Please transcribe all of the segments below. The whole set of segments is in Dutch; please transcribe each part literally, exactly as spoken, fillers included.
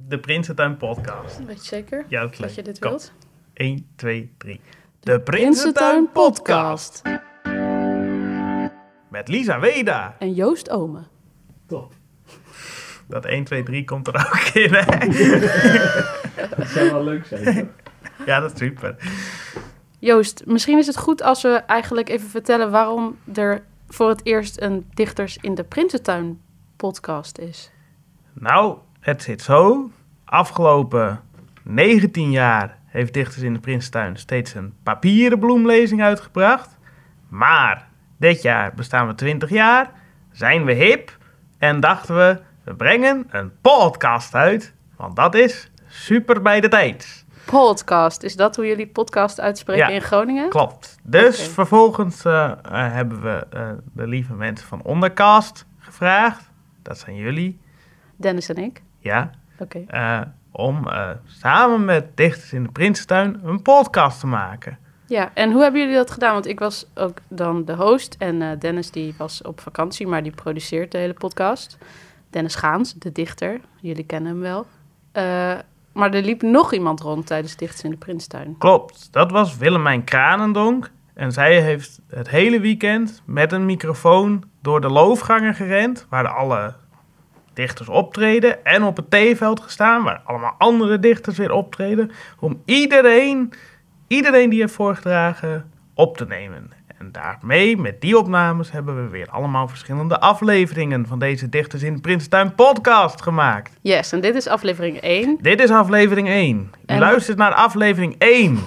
De Prinsentuin podcast. Weet je zeker Ja, dat, dat je dit Kom. wilt? één, twee, drie. De, De Prinsentuin podcast. Met Lisa Weda. En Joost Ome. Top. Dat één, twee, drie komt er ook in, hè? Dat zou wel leuk zijn. Ja, dat is super. Joost, misschien is het goed als we eigenlijk even vertellen waarom er voor het eerst een Dichters in de Prinsentuin podcast is. Nou, het zit zo. Afgelopen negentien jaar heeft Dichters in de Prinsentuin steeds een papieren bloemlezing uitgebracht. Maar dit jaar bestaan we twintig jaar, zijn we hip en dachten we, we brengen een podcast uit. Want dat is super bij de tijd. Podcast, is dat hoe jullie podcast uitspreken Ja, in Groningen? Klopt. Dus Oké. vervolgens uh, uh, hebben we uh, de lieve mensen van Ondercast gevraagd. Dat zijn jullie. Dennis en ik. Ja. Oké. Uh, om uh, samen met Dichters in de Prinsentuin een podcast te maken. Ja, en hoe hebben jullie dat gedaan? Want ik was ook dan de host en uh, Dennis die was op vakantie, maar die produceert de hele podcast. Dennis Gaans, de dichter. Jullie kennen hem wel. Uh, maar er liep nog iemand rond tijdens Dichters in de Prinsentuin. Klopt, dat was Willemijn Kranendonk. En zij heeft het hele weekend met een microfoon door de loofgangen gerend, waar alle dichters optreden, en op het theeveld gestaan, waar allemaal andere dichters weer optreden, om iedereen, iedereen die heeft voorgedragen, op te nemen. En daarmee, met die opnames, hebben we weer allemaal verschillende afleveringen van deze Dichters in de Prinsentuin podcast gemaakt. Yes, en dit is aflevering één. Dit is aflevering één. U En... luistert naar aflevering één.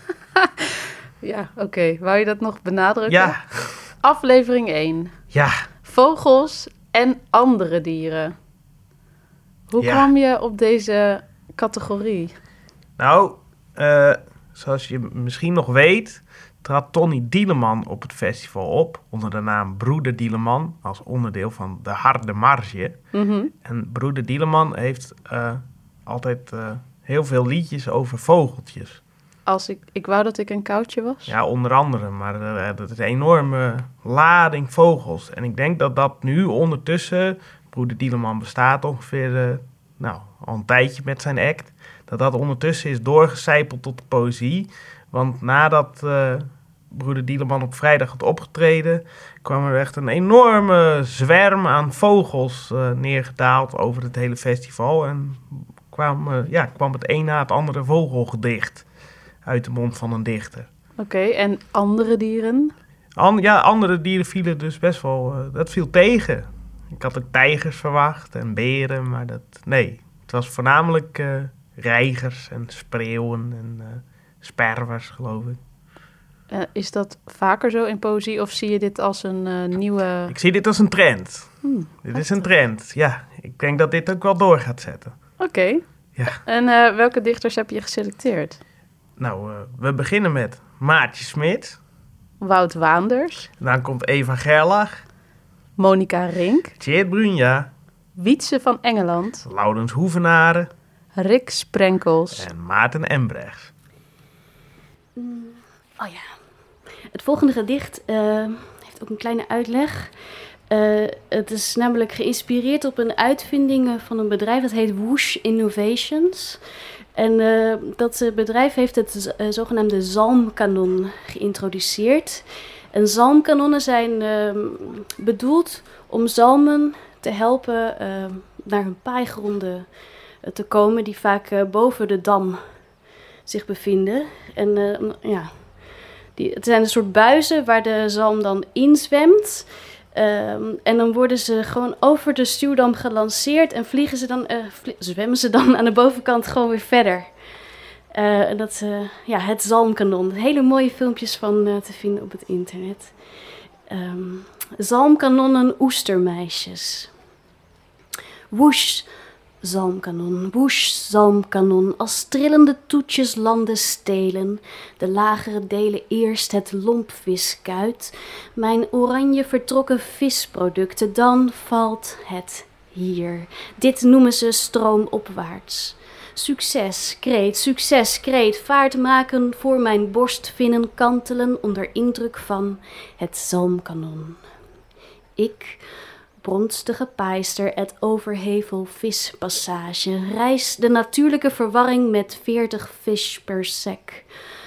Ja, oké. Okay. Wou je dat nog benadrukken? Ja. Aflevering één. Ja. Vogels en andere dieren. Hoe ja. kwam je op deze categorie? Nou, uh, zoals je misschien nog weet, trad Tony Dieleman op het festival op onder de naam Broeder Dieleman als onderdeel van de Harde Marge. Mm-hmm. En Broeder Dieleman heeft uh, altijd uh, heel veel liedjes over vogeltjes. Als ik, ik wou dat ik een koutje was? Ja, onder andere, maar uh, dat is een enorme lading vogels. En ik denk dat dat nu ondertussen, Broeder Dieleman bestaat ongeveer uh, nou, al een tijdje met zijn act, dat dat ondertussen is doorgecijpeld tot de poëzie. Want nadat uh, Broeder Dieleman op vrijdag had opgetreden, kwam er echt een enorme zwerm aan vogels uh, neergedaald over het hele festival. En kwam, uh, ja, kwam het een na het andere vogelgedicht uit de mond van een dichter. Oké, okay, en andere dieren? An- ja, andere dieren vielen dus best wel, uh, dat viel tegen. Ik had ook tijgers verwacht en beren, maar dat, nee. Het was voornamelijk uh, reigers en spreeuwen en uh, sperwers, geloof ik. Uh, is dat vaker zo in poëzie of zie je dit als een uh, nieuwe... Ik zie dit als een trend. Hmm, dit is een trend, ja. Ik denk dat dit ook wel door gaat zetten. Oké. Okay. Ja. En uh, welke dichters heb je geselecteerd? Nou, uh, we beginnen met Maartje Smit. Wout Waanders. Dan komt Eva Gerlach. Monica Rink. Tjeerd Brunja. Wietse van Engeland. Laurens Hoevenaren. Rick Sprenkels. En Maarten Embrechts. Mm, oh ja. Het volgende gedicht uh, heeft ook een kleine uitleg. Uh, het is namelijk geïnspireerd op een uitvinding van een bedrijf dat heet Whoosh Innovations. En uh, dat uh, bedrijf heeft het uh, zogenaamde zalmkanon geïntroduceerd. En zalmkanonnen zijn uh, bedoeld om zalmen te helpen uh, naar hun paaigronden uh, te komen, die vaak uh, boven de dam zich bevinden. En uh, ja, die, het zijn een soort buizen waar de zalm dan inzwemt. Um, en dan worden ze gewoon over de stuwdam gelanceerd en vliegen ze dan, uh, vlie- zwemmen ze dan aan de bovenkant gewoon weer verder. Uh, en dat, uh, ja, het zalmkanon. Hele mooie filmpjes van uh, te vinden op het internet. Um, zalmkanonnen oestermeisjes. Woesh, zalmkanon, woesh, zalmkanon, als trillende toetjes landen stelen, de lagere delen eerst het lompviskuit, mijn oranje vertrokken visproducten, dan valt het hier. Dit noemen ze stroomopwaarts. Succes, kreet, succes, kreet, vaart maken voor mijn borstvinnen kantelen onder indruk van het zalmkanon. Ik... bronstige paaster et overhevel vispassage. Reis de natuurlijke verwarring met veertig vis per sec.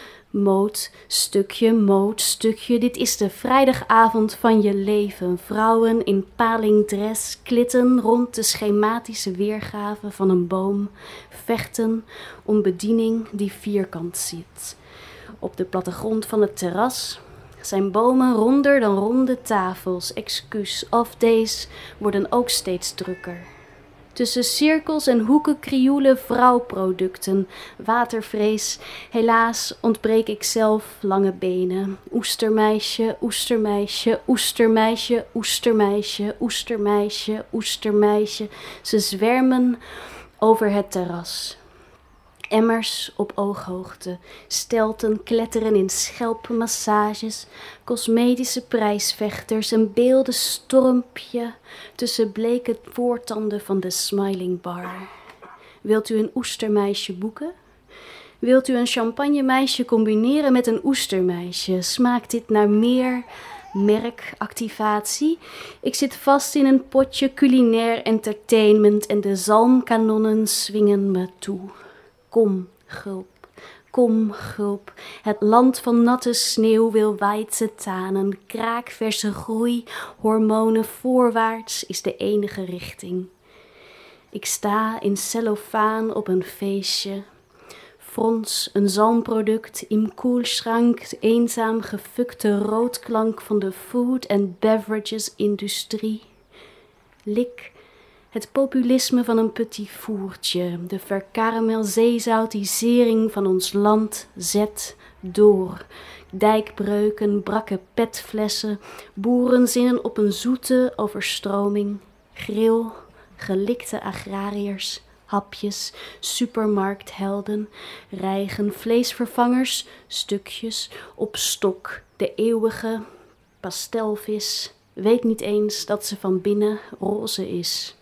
Moot, stukje, moot, stukje, dit is de vrijdagavond van je leven. Vrouwen in palingdress klitten rond de schematische weergave van een boom. Vechten om bediening die vierkant zit. Op de plattegrond van het terras zijn bomen ronder dan ronde tafels. Excuus, off days worden ook steeds drukker. Tussen cirkels en hoeken krioelen vrouwproducten. Watervrees, helaas ontbreek ik zelf lange benen. Oestermeisje, oestermeisje, oestermeisje, oestermeisje, oestermeisje, oestermeisje. Ze zwermen over het terras. Emmers op ooghoogte, stelten kletteren in schelpenmassages, cosmetische prijsvechters, een beelden stormpje tussen bleke voortanden van de smiling bar. Wilt u een oestermeisje boeken? Wilt u een champagnemeisje combineren met een oestermeisje? Smaakt dit naar meer merkactivatie? Ik zit vast in een potje culinair entertainment en de zalmkanonnen swingen me toe. Kom, gulp, kom, gulp. Het land van natte sneeuw wil weidse tanen. Kraakverse groei, hormonen voorwaarts is de enige richting. Ik sta in cellofaan op een feestje. Frons, een zalmproduct, im koelschrank, eenzaam gefukte roodklank van de food and beverages industrie. Lik, het populisme van een petit voertje, de verkaramelzeezoutisering van ons land zet door. Dijkbreuken, brakke petflessen, boerenzinnen op een zoete overstroming, grill, gelikte agrariërs, hapjes, supermarkthelden, rijgen, vleesvervangers, stukjes, op stok, de eeuwige pastelvis, weet niet eens dat ze van binnen roze is.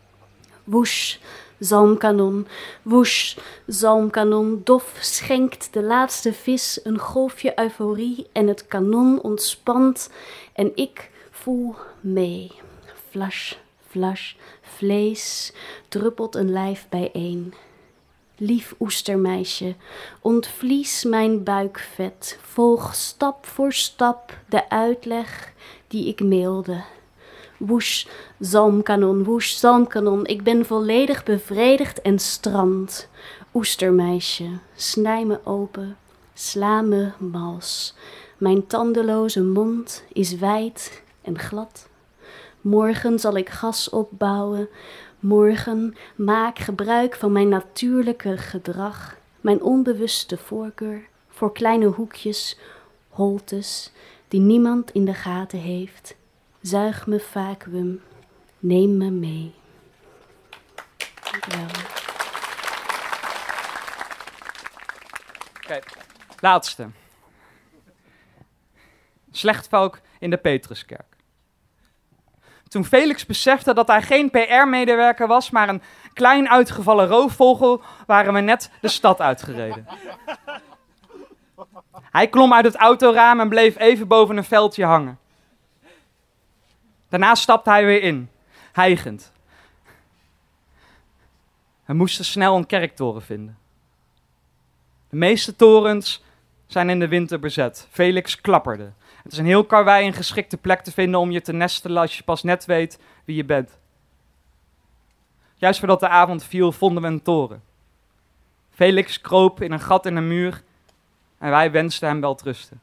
Woesh, zalmkanon, woesh, zalmkanon, dof schenkt de laatste vis een golfje euforie en het kanon ontspant en ik voel mee. Flash, flash, vlees, druppelt een lijf bijeen. Lief oestermeisje, ontvlies mijn buikvet, volg stap voor stap de uitleg die ik mailde. Woesh, zalmkanon, woesh, zalmkanon, ik ben volledig bevredigd en strand. Oestermeisje, snij me open, sla me mals. Mijn tandeloze mond is wijd en glad. Morgen zal ik gas opbouwen, morgen maak gebruik van mijn natuurlijke gedrag, mijn onbewuste voorkeur voor kleine hoekjes, holtes, die niemand in de gaten heeft. Zuig me vacuüm, neem me mee. Dankjewel. Oké, laatste. Slechtvalk in de Petruskerk. Toen Felix besefte dat hij geen P R-medewerker was, maar een klein uitgevallen roofvogel, waren we net de stad uitgereden. Hij klom uit het autoraam en bleef even boven een veldje hangen. Daarna stapte hij weer in, hijgend. We moesten snel een kerktoren vinden. De meeste torens zijn in de winter bezet. Felix klapperde. Het is een heel karwei een geschikte plek te vinden om je te nestelen als je pas net weet wie je bent. Juist voordat de avond viel, vonden we een toren. Felix kroop in een gat in een muur en wij wensten hem welterusten.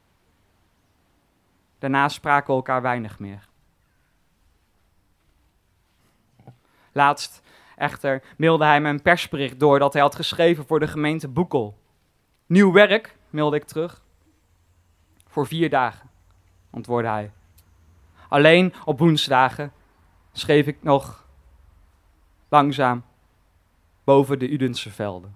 Daarna spraken we elkaar weinig meer. Laatst echter mailde hij me een persbericht door dat hij had geschreven voor de gemeente Boekel. Nieuw werk, mailde ik terug. Voor vier dagen, antwoordde hij. Alleen op woensdagen schreef ik nog langzaam boven de Udense velden.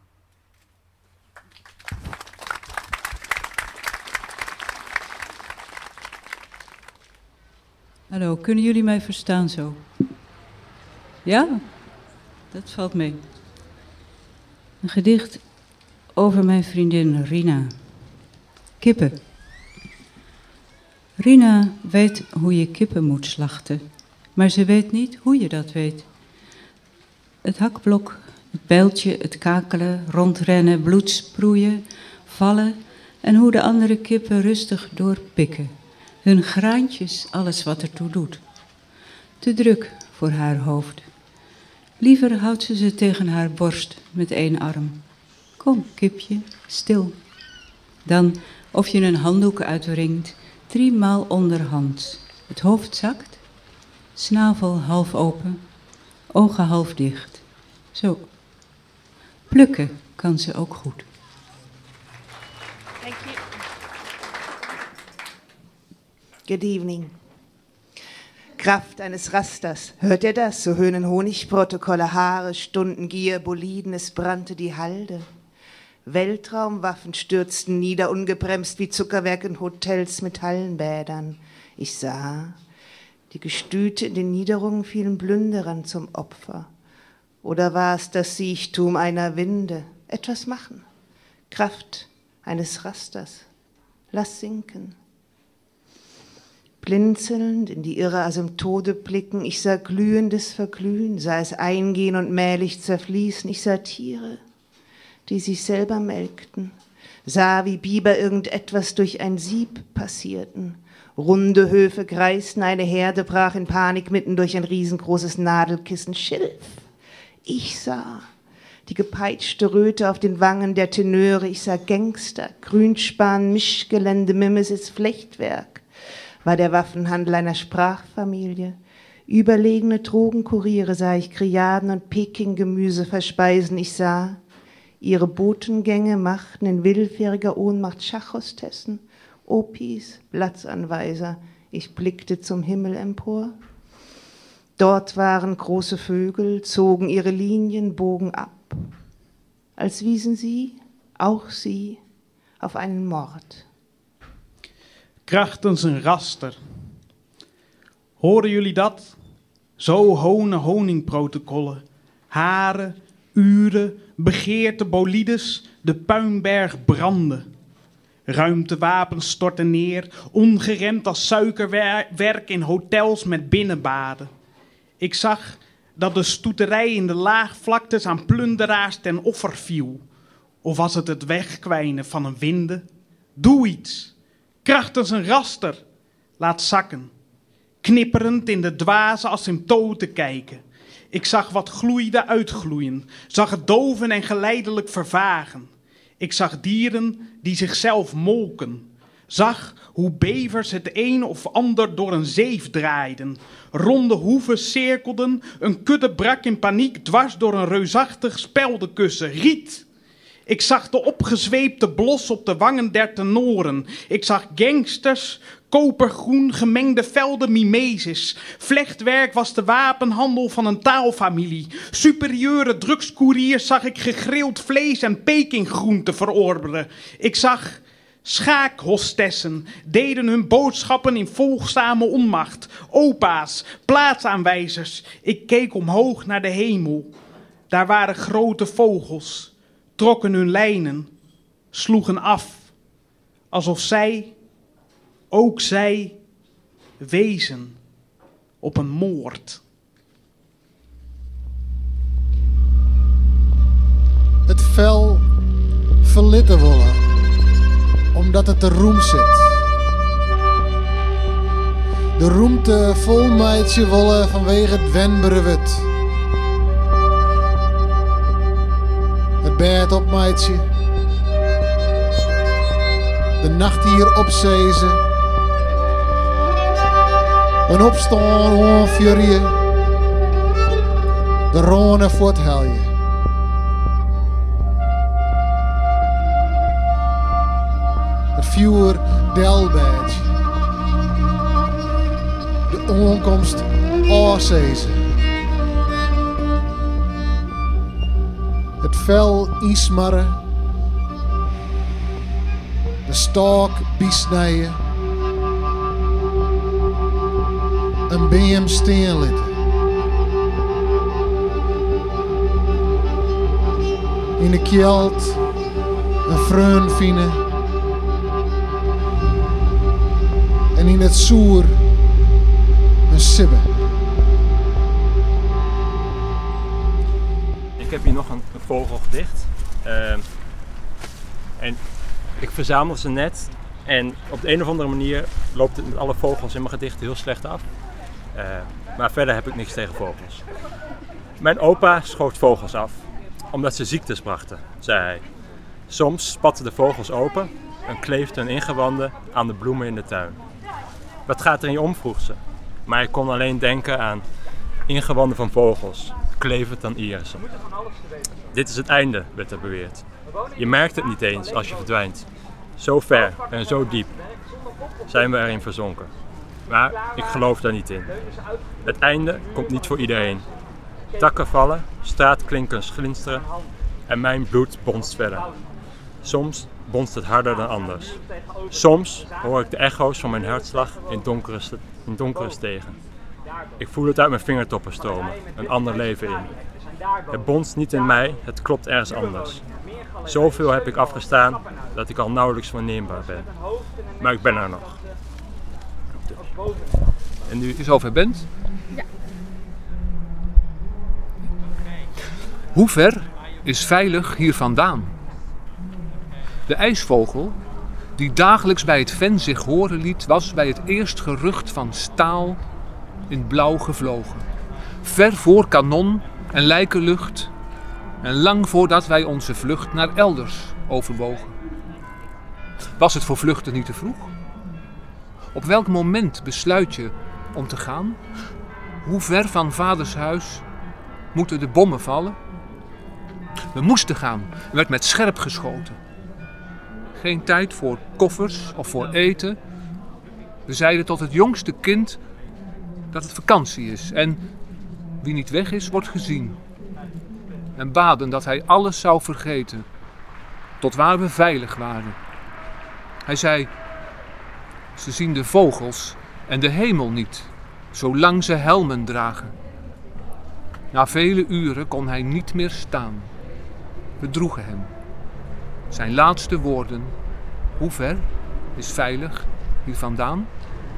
Hallo, kunnen jullie mij verstaan zo? Ja? Dat valt mee. Een gedicht over mijn vriendin Rina. Kippen. Rina weet hoe je kippen moet slachten. maar ze weet niet hoe je dat weet. Het hakblok, het bijltje, het kakelen, rondrennen, bloed sproeien, vallen en hoe de andere kippen rustig doorpikken. Hun graantjes, alles wat ertoe doet. Te druk voor haar hoofd. Liever houdt ze ze tegen haar borst met één arm. Kom, kipje, stil. Dan of je een handdoek uitwringt, driemaal onderhands. Het hoofd zakt, snavel half open, ogen half dicht. Zo. Plukken kan ze ook goed. Thank you. Good evening. Kraft eines Rasters. Hört ihr das? So höhnen Honigprotokolle, Haare, Stundengier, Boliden, es brannte die Halde. Weltraumwaffen stürzten nieder, ungebremst wie Zuckerwerk in Hotels mit Hallenbädern. Ich sah, die Gestüte in den Niederungen fielen Plünderern zum Opfer. Oder war es das Siechtum einer Winde? Etwas machen. Kraft eines Rasters. Lass sinken. Blinzelnd in die irre Asymptode blicken, ich sah glühendes Verglühen, sah es eingehen und mählich zerfließen, ich sah Tiere, die sich selber melkten, sah, wie Biber irgendetwas durch ein Sieb passierten. Runde Höfe kreisten, eine Herde brach in Panik mitten durch ein riesengroßes Nadelkissen Schilf. Ich sah die gepeitschte Röte auf den Wangen der Tenöre, ich sah Gangster, Grünspan, Mischgelände, Mimesis, Flechtwerk. War der Waffenhandel einer Sprachfamilie. Überlegene Drogenkuriere sah ich Kriaden und Peking-Gemüse verspeisen. Ich sah, ihre Botengänge machten in willfähriger Ohnmacht Schachhostessen, Opis, Platzanweiser. Ich blickte zum Himmel empor. Dort waren große Vögel, zogen ihre Linien, bogen ab. Als wiesen sie, auch sie, auf einen Mord. Krachtens een raster. Horen jullie dat? Zo honen honingprotocollen. Haren, uren, begeerte bolides, de puinberg branden. Ruimtewapens storten neer, ongeremd als suikerwerk in hotels met binnenbaden. Ik zag dat de stoeterij in de laagvlaktes aan plunderaars ten offer viel. Of was het het wegkwijnen van een winde? Doe iets. Krachtens een raster. Laat zakken. Knipperend in de dwaze asymptoten kijken. Ik zag wat gloeide uitgloeien. Zag het doven en geleidelijk vervagen. Ik zag dieren die zichzelf molken. Zag hoe bevers het een of ander door een zeef draaiden. Ronde hoeven cirkelden. Een kudde brak in paniek dwars door een reusachtig speldenkussen. Riet! Ik zag de opgezweepte blos op de wangen der tenoren. Ik zag gangsters, kopergroen, gemengde velden mimesis. Vlechtwerk was de wapenhandel van een taalfamilie. Superieure drugskoeriers zag ik gegrild vlees en pekinggroenten verorberen. Ik zag schaakhostessen, deden hun boodschappen in volgzame onmacht. Opa's, plaatsaanwijzers. Ik keek omhoog naar de hemel. Daar waren grote vogels. Trokken hun lijnen, sloegen af, alsof zij, ook zij, wezen op een moord. Het vel verlitten willen, omdat het de roem zit. De roemte vol meidje willen vanwege het wenberewit. Het bed op meidje. De nacht hier op zezen. Een opstaan om furie. De ronen voor het helje. Het vuur delbedje. De onkomst oorzezen. Het vel ismarren, de stok biesnijden, een beam steen litten. In de kjeld een vreun vinden en in het zoer een sibbe. heb hier nog een, een vogelgedicht. Uh, en ik verzamel ze net. En op de een of andere manier loopt het met alle vogels in mijn gedicht heel slecht af. Uh, maar verder heb ik niks tegen vogels. Mijn opa schoot vogels af, omdat ze ziektes brachten, zei hij. Soms spatten de vogels open en kleefden hun ingewanden aan de bloemen in de tuin. Wat gaat er in je om, vroeg ze. Maar ik kon alleen denken aan ingewanden van vogels, klevend aan irissen. Dit is het einde, werd er beweerd. Je merkt het niet eens als je verdwijnt. Zo ver en zo diep zijn we erin verzonken. Maar ik geloof daar niet in. Het einde komt niet voor iedereen. Takken vallen, straatklinkers glinsteren en mijn bloed bonst verder. Soms bonst het harder dan anders. Soms hoor ik de echo's van mijn hartslag in donkere, st- in donkere stegen. Ik voel het uit mijn vingertoppen stromen, een ander leven in. Het bonst niet in mij, het klopt ergens anders. Zoveel heb ik afgestaan dat ik al nauwelijks verneembaar ben. Maar ik ben er nog. En nu u zover bent? Ja. Hoe ver is veilig hier vandaan? De ijsvogel, die dagelijks bij het ven zich horen liet, was bij het eerst gerucht van staal in blauw gevlogen. Ver voor kanon en lijkenlucht en lang voordat wij onze vlucht naar elders overwogen. Was het voor vluchten niet te vroeg? Op welk moment besluit je om te gaan? Hoe ver van vaders huis moeten de bommen vallen? We moesten gaan, er werd met scherp geschoten. Geen tijd voor koffers of voor eten. We zeiden tot het jongste kind dat het vakantie is en wie niet weg is, wordt gezien. En baden dat hij alles zou vergeten, tot waar we veilig waren. Hij zei, ze zien de vogels en de hemel niet, zolang ze helmen dragen. Na vele uren kon hij niet meer staan. We droegen hem. Zijn laatste woorden, hoe ver is veilig hier vandaan?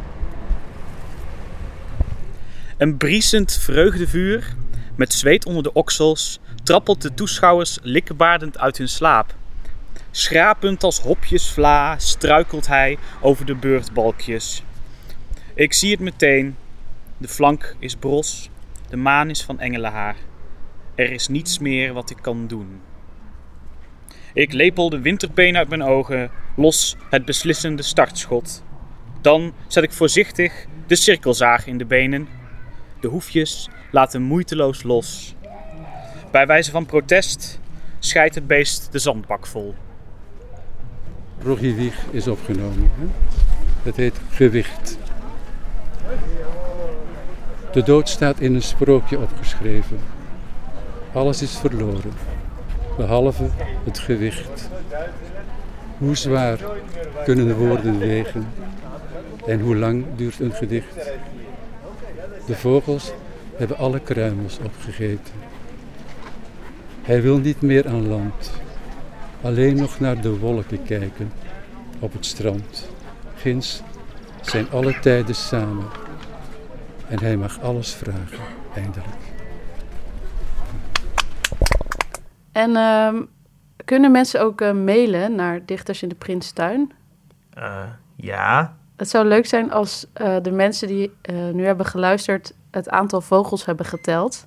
Een briesend vreugdevuur, met zweet onder de oksels, trappelt de toeschouwers likkebaardend uit hun slaap. Schrapend als hopjes vla struikelt hij over de beurtbalkjes. Ik zie het meteen, de flank is bros, de maan is van engelenhaar. Er is niets meer wat ik kan doen. Ik lepel de winterpeen uit mijn ogen, los het beslissende startschot. Dan zet ik voorzichtig de cirkelzaag in de benen. De hoefjes laten moeiteloos los. Bij wijze van protest scheidt het beest de zandbak vol. Rogier Wieg is opgenomen. Hè? Het heet Gewicht. De dood staat in een sprookje opgeschreven. Alles is verloren, behalve het gewicht. Hoe zwaar kunnen de woorden wegen en hoe lang duurt een gedicht? De vogels hebben alle kruimels opgegeten. Hij wil niet meer aan land, alleen nog naar de wolken kijken op het strand. Ginds zijn alle tijden samen en hij mag alles vragen, eindelijk. En uh, kunnen mensen ook uh, mailen naar Dichters in de Prinsentuin? Uh, ja. Het zou leuk zijn als uh, de mensen die uh, nu hebben geluisterd het aantal vogels hebben geteld.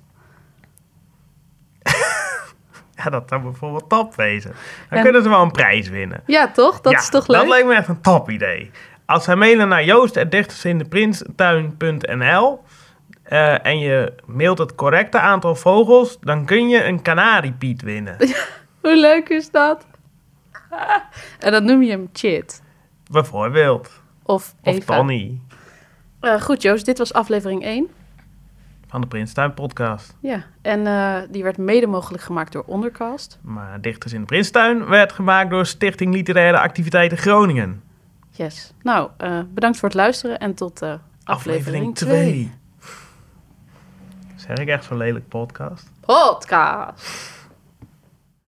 Ja, dat zou bijvoorbeeld top wezen. Dan ja. kunnen ze wel een prijs winnen. Ja, toch? Dat ja, is toch leuk? Dat lijkt me echt een top idee. Als zij mailen naar joost at dichtersindeprinsentuin punt n l uh, en je mailt het correcte aantal vogels, dan kun je een kanariepiet winnen. Hoe leuk is dat? En dan noem je hem Chit. Bijvoorbeeld. Of Eva. Of Tony. Uh, goed, Joost, dit was aflevering één. Van de Prinsentuin podcast. Ja, en uh, die werd mede mogelijk gemaakt door Ondercast. Maar Dichters in de Prinsentuin werd gemaakt door Stichting Literaire Activiteiten Groningen. Yes. Nou, uh, bedankt voor het luisteren en tot uh, aflevering twee. Zeg ik echt zo'n lelijk podcast? Podcast!